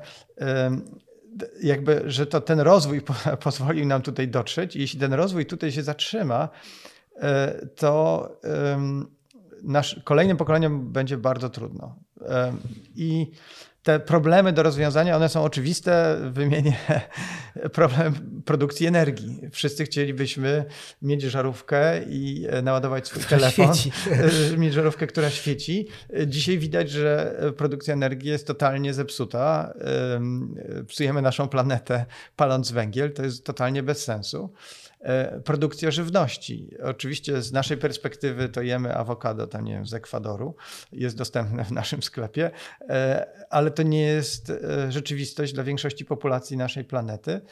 że to ten rozwój pozwolił nam tutaj dotrzeć i jeśli ten rozwój tutaj się zatrzyma, to kolejnym pokoleniom będzie bardzo trudno. I te problemy do rozwiązania, one są oczywiste. Wymienię problem produkcji energii. Wszyscy chcielibyśmy mieć żarówkę i naładować swój telefon. Mieć żarówkę, która świeci. Dzisiaj widać, że produkcja energii jest totalnie zepsuta. Psujemy naszą planetę paląc węgiel. To jest totalnie bez sensu. Produkcja żywności. Oczywiście z naszej perspektywy to jemy awokado, tam nie wiem, z Ekwadoru. Jest dostępne w naszym sklepie, ale to nie jest rzeczywistość dla większości populacji naszej planety.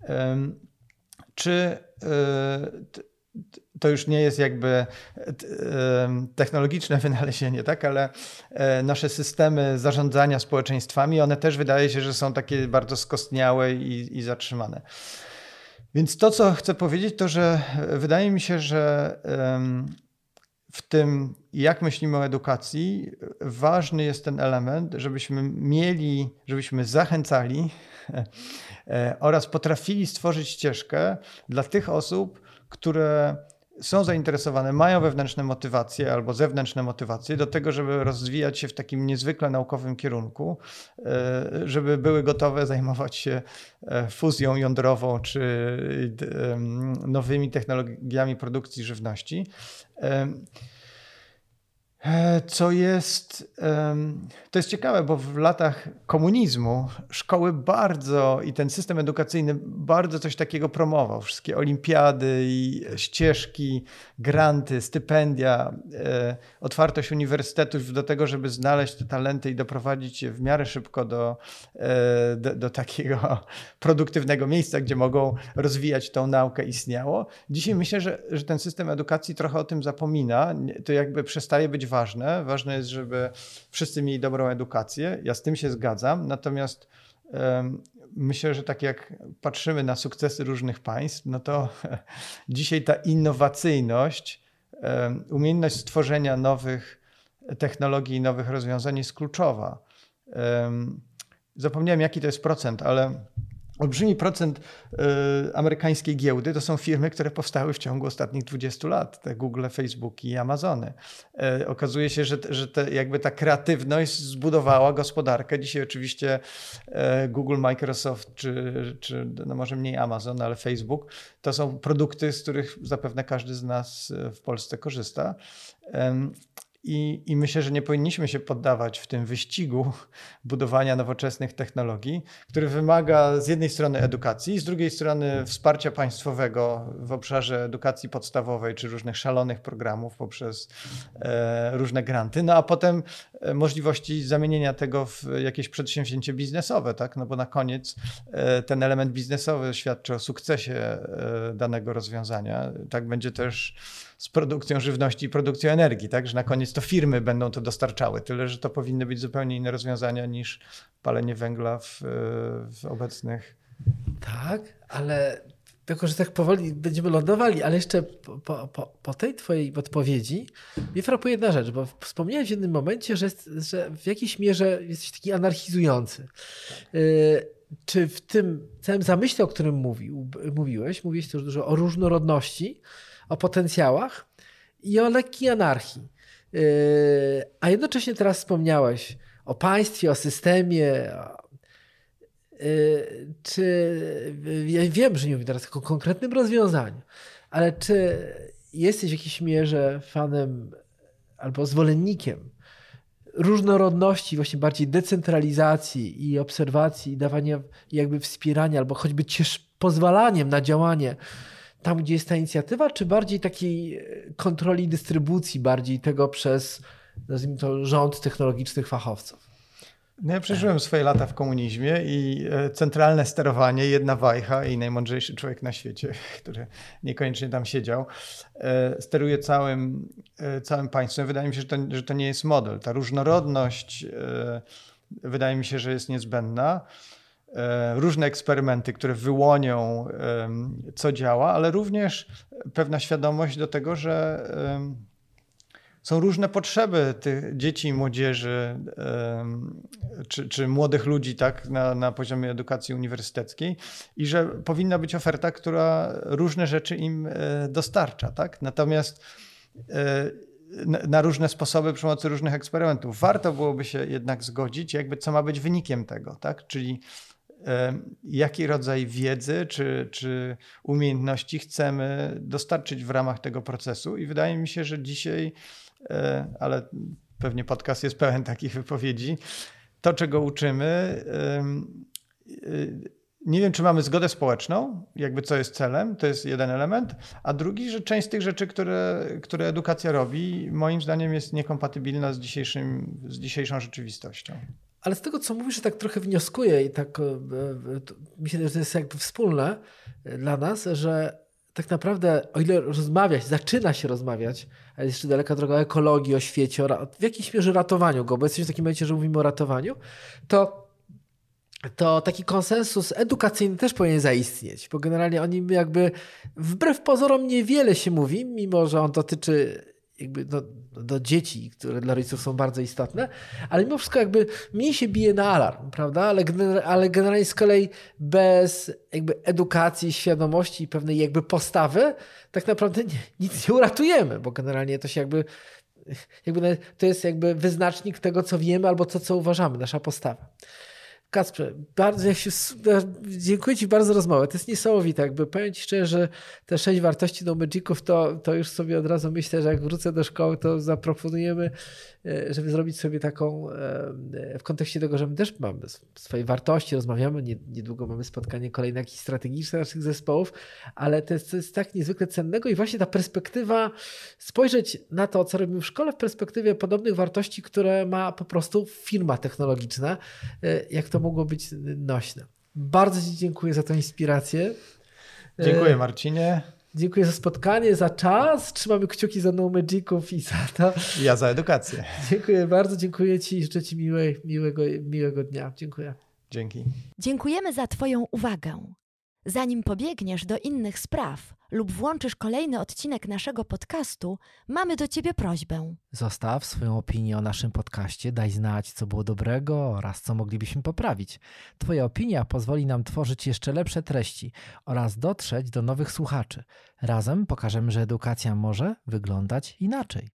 Czy to już nie jest jakby technologiczne wynalezienie, tak? Ale nasze systemy zarządzania społeczeństwami, one też wydaje się, że są takie bardzo skostniałe i zatrzymane. Więc to, co chcę powiedzieć, to że wydaje mi się, że w tym, jak myślimy o edukacji, ważny jest ten element, żebyśmy zachęcali oraz potrafili stworzyć ścieżkę dla tych osób, które są zainteresowane, mają wewnętrzne motywacje albo zewnętrzne motywacje do tego, żeby rozwijać się w takim niezwykle naukowym kierunku, żeby były gotowe zajmować się fuzją jądrową czy nowymi technologiami produkcji żywności. To jest ciekawe, bo w latach komunizmu szkoły i ten system edukacyjny bardzo coś takiego promował. Wszystkie olimpiady i ścieżki, granty, stypendia, otwartość uniwersytetów do tego, żeby znaleźć te talenty i doprowadzić je w miarę szybko do takiego produktywnego miejsca, gdzie mogą rozwijać tą naukę, istniało. Dzisiaj myślę, że ten system edukacji trochę o tym zapomina. To jakby przestaje być ważne. Ważne jest, żeby wszyscy mieli dobrą edukację. Ja z tym się zgadzam. Natomiast myślę, że tak jak patrzymy na sukcesy różnych państw, no to dzisiaj ta innowacyjność, umiejętność stworzenia nowych technologii i nowych rozwiązań jest kluczowa. Zapomniałem, jaki to jest procent, ale olbrzymi procent amerykańskiej giełdy to są firmy, które powstały w ciągu ostatnich 20 lat. Te Google, Facebook i Amazony. Okazuje się, że jakby ta kreatywność zbudowała gospodarkę. Dzisiaj oczywiście Google, Microsoft czy no może mniej Amazon, ale Facebook to są produkty, z których zapewne każdy z nas w Polsce korzysta. I myślę, że nie powinniśmy się poddawać w tym wyścigu budowania nowoczesnych technologii, który wymaga z jednej strony edukacji, z drugiej strony wsparcia państwowego w obszarze edukacji podstawowej czy różnych szalonych programów poprzez różne granty, no a potem możliwości zamienienia tego w jakieś przedsięwzięcie biznesowe, tak? No bo na koniec ten element biznesowy świadczy o sukcesie danego rozwiązania. Tak będzie też z produkcją żywności i produkcją energii, tak? Że na koniec to firmy będą to dostarczały, tyle że to powinny być zupełnie inne rozwiązania niż palenie węgla w obecnych... Tak, ale tylko, że tak powoli będziemy lądowali, ale jeszcze po tej twojej odpowiedzi mnie frapuje jedna rzecz, bo wspomniałeś w jednym momencie, że w jakiejś mierze jesteś taki anarchizujący. Czy w tym całym zamyśle, o którym mówiłeś też dużo o różnorodności, o potencjałach i o lekkiej anarchii. A jednocześnie teraz wspomniałeś o państwie, o systemie. Ja wiem, że nie mówię teraz o konkretnym rozwiązaniu, ale czy jesteś w jakiejś mierze fanem albo zwolennikiem różnorodności, właśnie bardziej decentralizacji i obserwacji i dawania jakby wspierania albo choćby pozwalaniem na działanie tam, gdzie jest ta inicjatywa, czy bardziej takiej kontroli dystrybucji, bardziej tego przez, nazwijmy to, rząd technologicznych fachowców? No ja przeżyłem swoje lata w komunizmie i centralne sterowanie, jedna wajcha i najmądrzejszy człowiek na świecie, który niekoniecznie tam siedział, steruje całym państwem. Wydaje mi się, że to nie jest model. Ta różnorodność wydaje mi się, że jest niezbędna. Różne eksperymenty, które wyłonią, co działa, ale również pewna świadomość do tego, że są różne potrzeby tych dzieci i młodzieży czy młodych ludzi, tak, na poziomie edukacji uniwersyteckiej i że powinna być oferta, która różne rzeczy im dostarcza. Tak? Natomiast na różne sposoby przy pomocy różnych eksperymentów. Warto byłoby się jednak zgodzić, jakby co ma być wynikiem tego, tak? Czyli jaki rodzaj wiedzy czy umiejętności chcemy dostarczyć w ramach tego procesu i wydaje mi się, że dzisiaj, ale pewnie podcast jest pełen takich wypowiedzi, to czego uczymy, nie wiem, czy mamy zgodę społeczną, jakby co jest celem, to jest jeden element, a drugi, że część z tych rzeczy, które edukacja robi, moim zdaniem jest niekompatybilna z dzisiejszą rzeczywistością. Ale z tego, co mówisz, tak trochę wnioskuję i tak myślę, że to jest jakby wspólne dla nas, że tak naprawdę o ile zaczyna się rozmawiać, a jest jeszcze daleka droga o ekologii, o świecie, w jakiejś mierze ratowaniu go, bo jesteśmy w takim momencie, że mówimy o ratowaniu, to taki konsensus edukacyjny też powinien zaistnieć, bo generalnie o nim jakby wbrew pozorom niewiele się mówi, mimo że on dotyczy jakby do dzieci, które dla rodziców są bardzo istotne, ale mimo wszystko jakby mniej się bije na alarm, prawda? Ale generalnie z kolei bez jakby edukacji, świadomości i pewnej jakby postawy tak naprawdę nic nie uratujemy, bo generalnie to się jakby to jest jakby wyznacznik tego, co wiemy albo co uważamy, nasza postawa. Kacprze, dziękuję Ci bardzo za rozmowę. To jest niesamowite. Jakby powiem Ci szczerze, że te 6 wartości do Magiców, to już sobie od razu myślę, że jak wrócę do szkoły, to zaproponujemy, żeby zrobić sobie taką w kontekście tego, że my też mamy swoje wartości, rozmawiamy, niedługo mamy spotkanie kolejne jakieś strategiczne naszych zespołów, ale to jest tak niezwykle cennego i właśnie ta perspektywa, spojrzeć na to, co robimy w szkole w perspektywie podobnych wartości, które ma po prostu firma technologiczna, jak to mogło być nośne. Bardzo Ci dziękuję za tę inspirację. Dziękuję, Marcinie. Dziękuję za spotkanie, za czas. Trzymamy kciuki za No Magiców i za to. Ja za edukację. Dziękuję bardzo, dziękuję Ci i życzę Ci miłego dnia. Dziękuję. Dzięki. Dziękujemy za Twoją uwagę. Zanim pobiegniesz do innych spraw lub włączysz kolejny odcinek naszego podcastu, mamy do Ciebie prośbę. Zostaw swoją opinię o naszym podcaście, daj znać, co było dobrego oraz co moglibyśmy poprawić. Twoja opinia pozwoli nam tworzyć jeszcze lepsze treści oraz dotrzeć do nowych słuchaczy. Razem pokażemy, że edukacja może wyglądać inaczej.